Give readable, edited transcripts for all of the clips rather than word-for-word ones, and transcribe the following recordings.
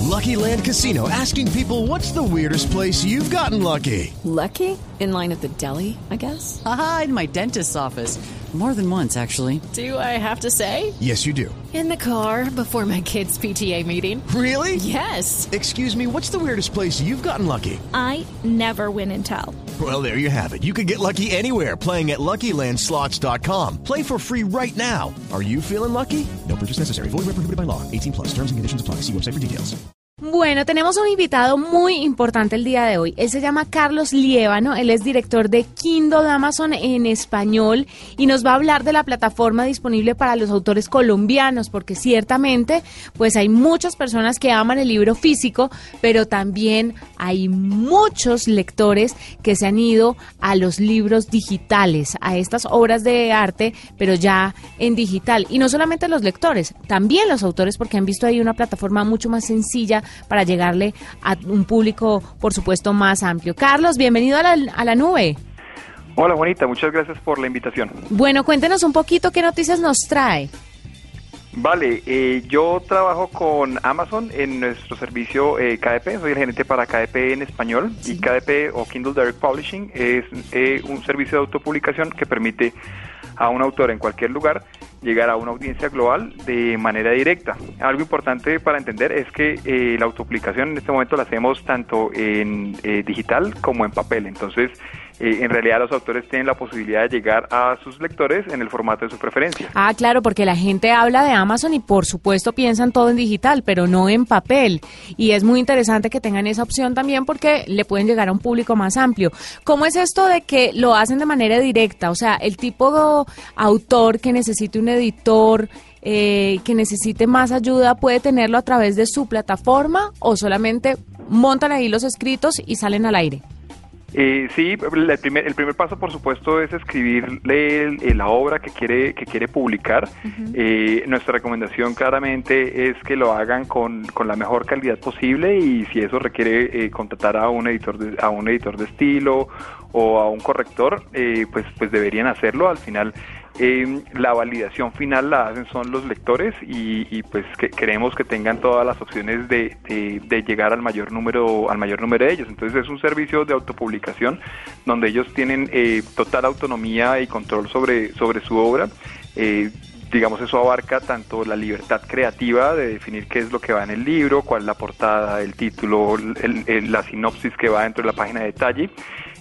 Lucky Land Casino, asking people, what's the weirdest place you've gotten lucky? Lucky? In line at the deli, I guess? Aha, in my dentist's office. More than once, actually. Do I have to say? Yes, you do. In the car before my kids' PTA meeting. Really? Yes. Excuse me, what's the weirdest place you've gotten lucky? I never win and tell. Well, there you have it. You can get lucky anywhere, playing at LuckyLandSlots.com. Play for free right now. Are you feeling lucky? No purchase necessary. Void where prohibited by law. 18+. Terms and conditions apply. See website for details. Bueno, tenemos un invitado muy importante el día de hoy. Él se llama Carlos Liévano, él es director de Kindle Amazon en español y nos va a hablar de la plataforma disponible para los autores colombianos, porque ciertamente pues hay muchas personas que aman el libro físico, pero también hay muchos lectores que se han ido a los libros digitales, a estas obras de arte, pero ya en digital. Y no solamente los lectores, también los autores, porque han visto ahí una plataforma mucho más sencilla para llegarle a un público, por supuesto, más amplio. Carlos, bienvenido a la nube. Hola, Juanita, muchas gracias por la invitación. Bueno, cuéntenos un poquito qué noticias nos trae. Vale, yo trabajo con Amazon en nuestro servicio KDP, soy el gerente para KDP en español, sí. Y KDP o Kindle Direct Publishing es un servicio de autopublicación que permite a un autor en cualquier lugar llegar a una audiencia global de manera directa. Algo importante para entender es que la autopublicación en este momento la hacemos tanto en digital como en papel, entonces en realidad los autores tienen la posibilidad de llegar a sus lectores en el formato de su preferencia. Ah, claro, porque la gente habla de Amazon y por supuesto piensan todo en digital, pero no en papel. Y es muy interesante que tengan esa opción también porque le pueden llegar a un público más amplio. ¿Cómo es esto de que lo hacen de manera directa? O sea, el tipo de autor que necesite un editor, que necesite más ayuda, ¿puede tenerlo a través de su plataforma o solamente montan ahí los escritos y salen al aire? Sí, el primer paso, por supuesto, es escribirle la obra que quiere publicar. Uh-huh. Nuestra recomendación claramente es que lo hagan con la mejor calidad posible y si eso requiere contratar a un editor de estilo o a un corrector, pues deberían hacerlo. Al final la validación final la hacen son los lectores y pues queremos que tengan todas las opciones de llegar al mayor número de ellos. Entonces es un servicio de autopublicación donde ellos tienen total autonomía y control sobre su obra. Digamos, eso abarca tanto la libertad creativa de definir qué es lo que va en el libro, cuál es la portada, el título, la sinopsis que va dentro de la página de detalle,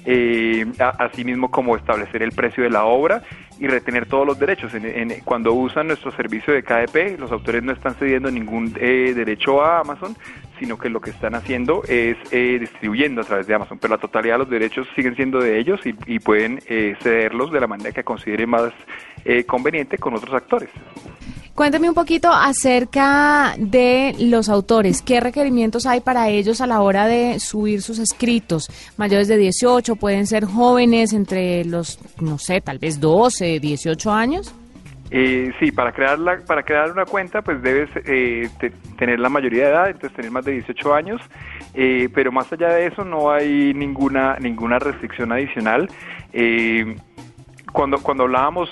así mismo como establecer el precio de la obra y retener todos los derechos. Cuando usan nuestro servicio de KDP, los autores no están cediendo ningún derecho a Amazon, sino que lo que están haciendo es distribuyendo a través de Amazon, pero la totalidad de los derechos siguen siendo de ellos y pueden cederlos de la manera que consideren más conveniente con otros actores. Cuénteme un poquito acerca de los autores. ¿Qué requerimientos hay para ellos a la hora de subir sus escritos? Mayores de 18, pueden ser jóvenes entre los, no sé, tal vez 12, 18 años. Sí, para crear una cuenta pues debes tener la mayoría de edad, entonces tener más de 18 años, pero más allá de eso no hay ninguna restricción adicional. Cuando hablábamos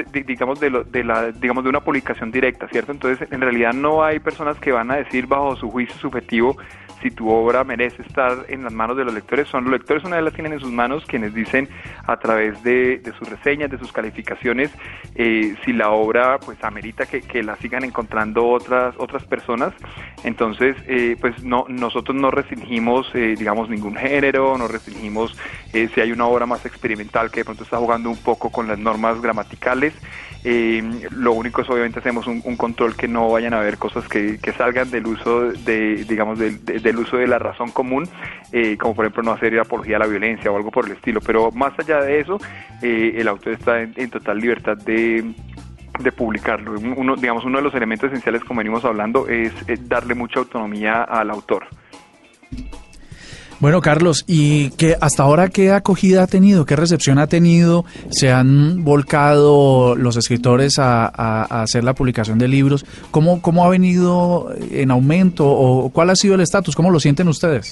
de una publicación directa, ¿cierto? Entonces, en realidad no hay personas que van a decir bajo su juicio subjetivo si tu obra merece estar en las manos de los lectores. Son los lectores, una vez la tienen en sus manos, quienes dicen a través de sus reseñas, de sus calificaciones, si la obra pues amerita que la sigan encontrando otras personas. Entonces, pues nosotros no restringimos, ningún género, no restringimos si hay una obra más experimental que de pronto está jugando un poco con las normas gramaticales. Lo único es obviamente hacemos un control que no vayan a haber cosas que salgan del uso del uso de la razón común, como por ejemplo no hacer apología a la violencia o algo por el estilo, pero más allá de eso el autor está en total libertad de publicarlo. Uno de los elementos esenciales, como venimos hablando, es darle mucha autonomía al autor. Bueno, Carlos, ¿y hasta ahora qué acogida ha tenido? ¿Qué recepción ha tenido? ¿Se han volcado los escritores a hacer la publicación de libros? ¿Cómo ha venido en aumento o cuál ha sido el estatus? ¿Cómo lo sienten ustedes?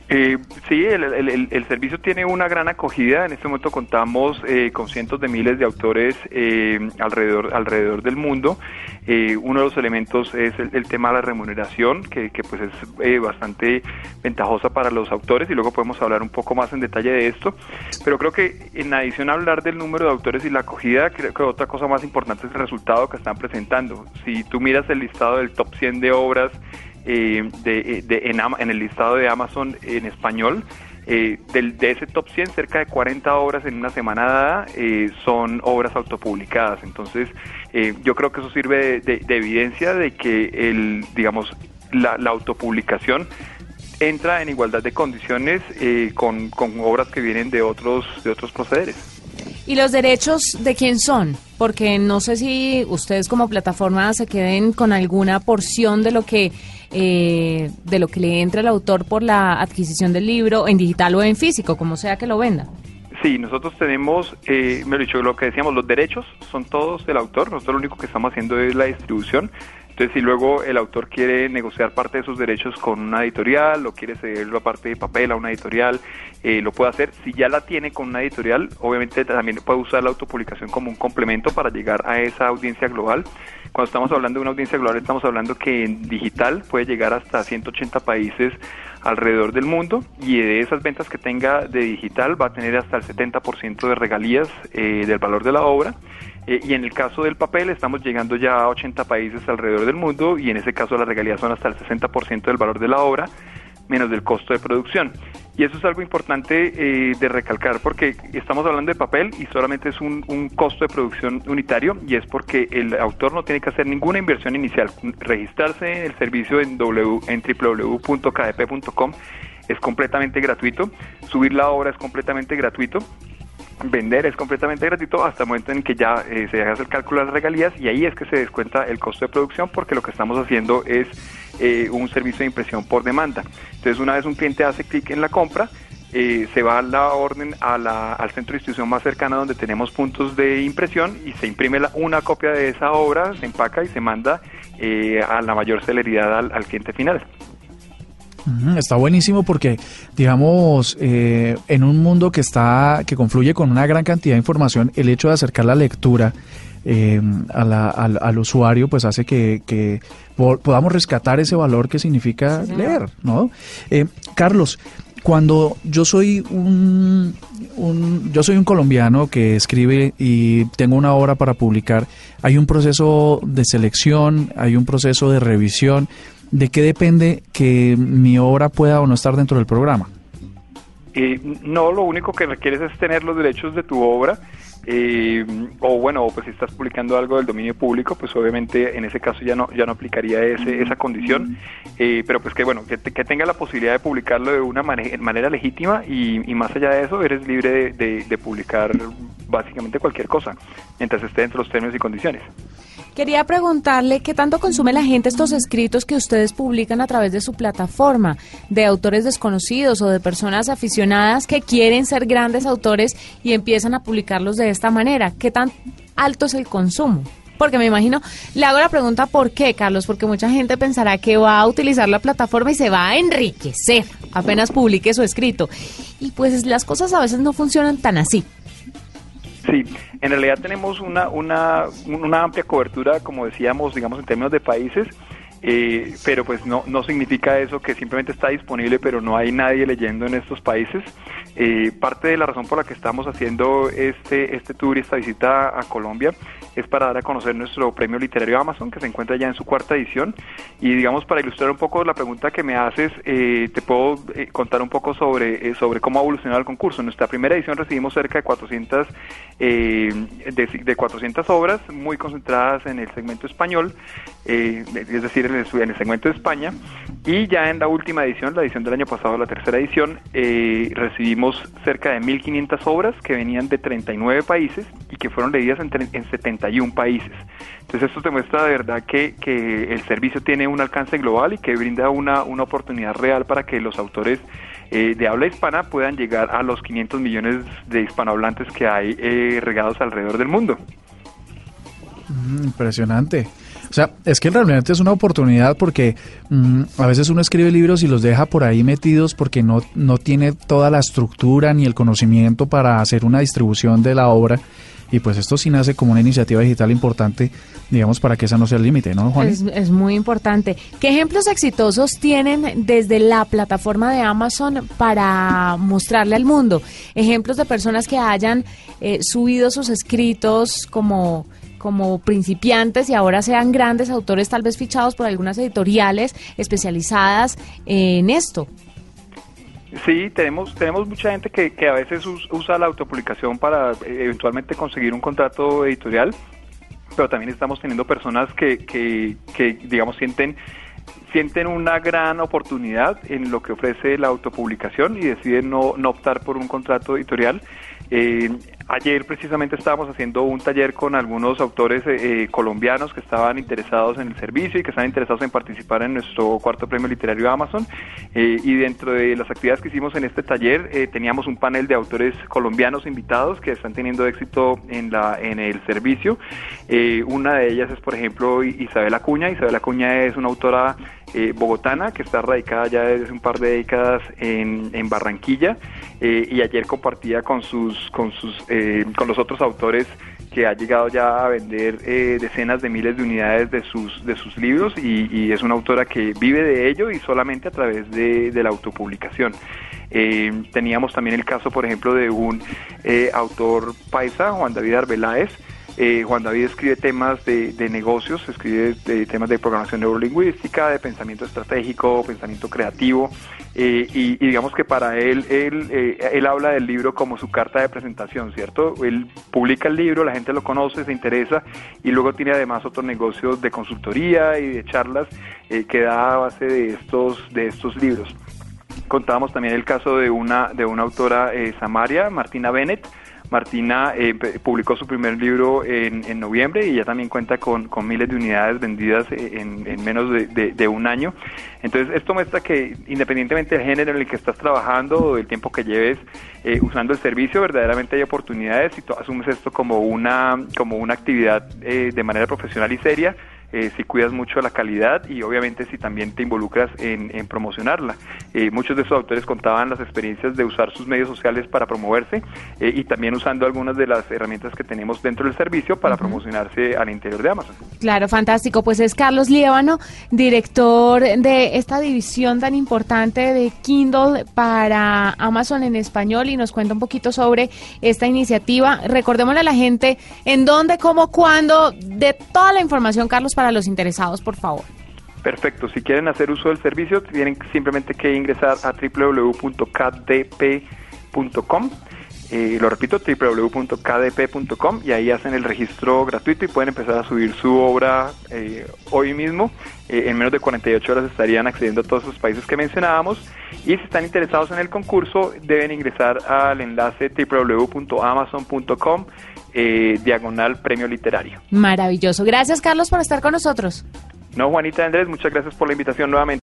Sí, el servicio tiene una gran acogida. En este momento contamos con cientos de miles de autores alrededor del mundo. Uno de los elementos es el tema de la remuneración, que pues es bastante ventajosa para los autores, y luego podemos hablar un poco más en detalle de esto. Pero creo que en adición a hablar del número de autores y la acogida, creo que otra cosa más importante es el resultado que están presentando. Si tú miras el listado del top 100 de obras en el listado de Amazon en español, de ese top 100, cerca de 40 obras en una semana dada son obras autopublicadas. Entonces, yo creo que eso sirve de evidencia de que la autopublicación entra en igualdad de condiciones con obras que vienen de otros procederes. ¿Y los derechos de quién son? Porque no sé si ustedes como plataforma se queden con alguna porción de lo que le entra al autor por la adquisición del libro en digital o en físico, como sea que lo venda. Sí, nosotros tenemos, mejor dicho, lo que decíamos, los derechos son todos del autor. Nosotros lo único que estamos haciendo es la distribución. Entonces, si luego el autor quiere negociar parte de sus derechos con una editorial o quiere cederlo a parte de papel a una editorial, lo puede hacer. Si ya la tiene con una editorial, obviamente también puede usar la autopublicación como un complemento para llegar a esa audiencia global. Cuando estamos hablando de una audiencia global, estamos hablando que en digital puede llegar hasta 180 países alrededor del mundo, y de esas ventas que tenga de digital va a tener hasta el 70% de regalías del valor de la obra. Y en el caso del papel estamos llegando ya a 80 países alrededor del mundo, y en ese caso las regalías son hasta el 60% del valor de la obra, menos del costo de producción. Y eso es algo importante de recalcar, porque estamos hablando de papel y solamente es un costo de producción unitario, y es porque el autor no tiene que hacer ninguna inversión inicial. Registrarse en el servicio en www.kdp.com es completamente gratuito, subir la obra es completamente gratuito, vender es completamente gratuito hasta el momento en que ya se hace el cálculo de las regalías, y ahí es que se descuenta el costo de producción, porque lo que estamos haciendo es un servicio de impresión por demanda. Entonces, una vez un cliente hace clic en la compra, se va la orden al centro de distribución más cercano, donde tenemos puntos de impresión, y se imprime una copia de esa obra, se empaca y se manda a la mayor celeridad al cliente final. Está buenísimo porque, digamos, en un mundo que confluye con una gran cantidad de información, el hecho de acercar la lectura al usuario, pues hace que podamos rescatar ese valor que significa leer, ¿no? Carlos, cuando yo soy un colombiano que escribe y tengo una obra para publicar, hay un proceso de selección, hay un proceso de revisión. ¿De qué depende que mi obra pueda o no estar dentro del programa? No, lo único que requieres es tener los derechos de tu obra, pues si estás publicando algo del dominio público, pues obviamente en ese caso ya no aplicaría esa condición, pero pues que tenga la posibilidad de publicarlo de una manera legítima, y más allá de eso eres libre de publicar básicamente cualquier cosa, mientras esté dentro de los términos y condiciones. Quería preguntarle qué tanto consume la gente estos escritos que ustedes publican a través de su plataforma, de autores desconocidos o de personas aficionadas que quieren ser grandes autores y empiezan a publicarlos de esta manera. ¿Qué tan alto es el consumo? Porque me imagino, le hago la pregunta ¿por qué, Carlos? Porque mucha gente pensará que va a utilizar la plataforma y se va a enriquecer apenas publique su escrito. Y pues las cosas a veces no funcionan tan así. Sí, en realidad tenemos una amplia cobertura, como decíamos, digamos en términos de países, pero pues no significa eso que simplemente está disponible pero no hay nadie leyendo en estos países. Parte de la razón por la que estamos haciendo este tour y esta visita a Colombia es para dar a conocer nuestro premio literario Amazon, que se encuentra ya en su 4ª edición, y digamos, para ilustrar un poco la pregunta que me haces, te puedo contar un poco sobre cómo ha evolucionado el concurso. En nuestra primera edición recibimos cerca de 400 obras, muy concentradas en el segmento español, es decir, en el segmento de España, y ya en la última edición, la edición del año pasado, la 3ª edición, recibimos cerca de 1.500 obras que venían de 39 países y que fueron leídas en 71 países. Entonces esto demuestra de verdad que el servicio tiene un alcance global y que brinda una oportunidad real para que los autores de habla hispana puedan llegar a los 500 millones de hispanohablantes que hay regados alrededor del mundo. Impresionante. O sea, es que realmente es una oportunidad porque a veces uno escribe libros y los deja por ahí metidos porque no tiene toda la estructura ni el conocimiento para hacer una distribución de la obra. Y pues esto sí nace como una iniciativa digital importante, digamos, para que esa no sea el límite, ¿no, Juan? Es muy importante. ¿Qué ejemplos exitosos tienen desde la plataforma de Amazon para mostrarle al mundo? Ejemplos de personas que hayan subido sus escritos como principiantes y ahora sean grandes autores, tal vez fichados por algunas editoriales especializadas en esto. Sí, tenemos mucha gente que a veces usa la autopublicación para eventualmente conseguir un contrato editorial, pero también estamos teniendo personas que digamos, sienten una gran oportunidad en lo que ofrece la autopublicación y deciden no optar por un contrato editorial. Ayer precisamente estábamos haciendo un taller con algunos autores colombianos que estaban interesados en el servicio y que estaban interesados en participar en nuestro cuarto premio literario de Amazon, y dentro de las actividades que hicimos en este taller teníamos un panel de autores colombianos invitados que están teniendo éxito en el servicio. Una de ellas es, por ejemplo, Isabel Acuña. Isabel Acuña es una autora bogotana que está radicada ya desde un par de décadas en Barranquilla, y ayer compartía con los otros autores que ha llegado ya a vender decenas de miles de unidades de sus libros, y es una autora que vive de ello y solamente a través de la autopublicación. Teníamos también el caso, por ejemplo, de un autor paisa, Juan David Arbeláez. Juan David escribe temas de negocios, escribe temas de programación neurolingüística, de pensamiento estratégico, pensamiento creativo, y digamos que para él habla del libro como su carta de presentación, ¿cierto? Él publica el libro, la gente lo conoce, se interesa, y luego tiene además otros negocios de consultoría y de charlas que da a base de estos libros. Contábamos también el caso de una autora samaria, Martina Bennett. Martina publicó su primer libro en noviembre y ya también cuenta con miles de unidades vendidas en menos de un año. Entonces esto muestra que independientemente del género en el que estás trabajando o del tiempo que lleves usando el servicio, verdaderamente hay oportunidades si tú asumes esto como una actividad de manera profesional y seria. Si cuidas mucho la calidad y obviamente si también te involucras en promocionarla. Muchos de esos autores contaban las experiencias de usar sus medios sociales para promoverse y también usando algunas de las herramientas que tenemos dentro del servicio para promocionarse al interior de Amazon. Claro, fantástico. Pues es Carlos Liévano, director de esta división tan importante de Kindle para Amazon en español, y nos cuenta un poquito sobre esta iniciativa. Recordémosle a la gente en dónde, cómo, cuándo, de toda la información, Carlos, para los interesados, por favor. Perfecto, si quieren hacer uso del servicio tienen simplemente que ingresar a www.kdp.com, lo repito, www.kdp.com, y ahí hacen el registro gratuito y pueden empezar a subir su obra hoy mismo. En menos de 48 horas estarían accediendo a todos esos países que mencionábamos, y si están interesados en el concurso deben ingresar al enlace www.amazon.com / premio literario. Maravilloso. Gracias, Carlos, por estar con nosotros. No, Juanita, Andrés, muchas gracias por la invitación nuevamente.